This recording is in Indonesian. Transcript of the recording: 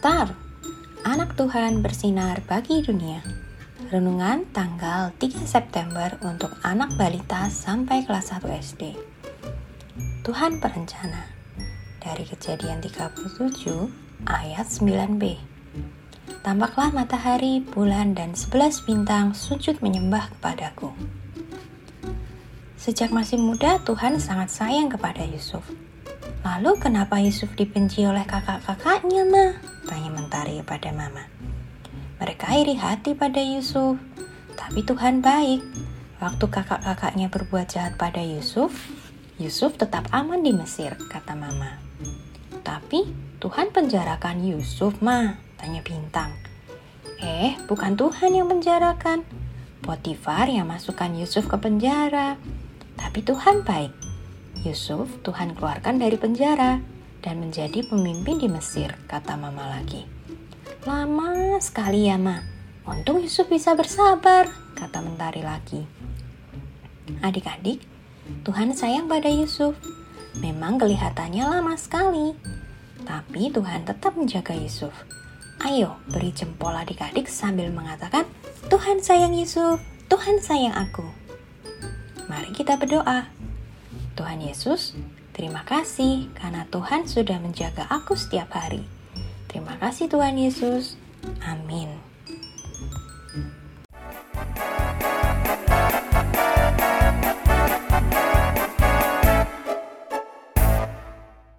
Star, anak Tuhan bersinar bagi dunia. Renungan tanggal 3 September untuk anak balita sampai kelas 1 SD. Tuhan berencana. Dari Kejadian 37 ayat 9b. Tampaklah matahari, bulan, dan 11 bintang sujud menyembah kepadaku. Sejak masih muda, Tuhan sangat sayang kepada Yusuf. Lalu kenapa Yusuf dibenci oleh kakak-kakaknya, Ma? Tanya Mentari kepada Mama. Mereka iri hati pada Yusuf, tapi Tuhan baik. Waktu kakak-kakaknya berbuat jahat pada Yusuf, Yusuf tetap aman di Mesir, kata Mama. Tapi Tuhan penjarakan Yusuf, Ma? Tanya Bintang. Bukan Tuhan yang penjarakan. Potifar yang masukkan Yusuf ke penjara. Tapi Tuhan baik. Yusuf Tuhan keluarkan dari penjara dan menjadi pemimpin di Mesir, kata Mama lagi. Lama sekali ya, Ma. Untung Yusuf bisa bersabar, kata Mentari lagi. Adik-adik, Tuhan sayang pada Yusuf. Memang kelihatannya lama sekali, tapi Tuhan tetap menjaga Yusuf. Ayo, beri jempol adik-adik sambil mengatakan, Tuhan sayang Yusuf, Tuhan sayang aku. Mari kita berdoa. Tuhan Yesus, terima kasih karena Tuhan sudah menjaga aku setiap hari. Terima kasih Tuhan Yesus. Amin.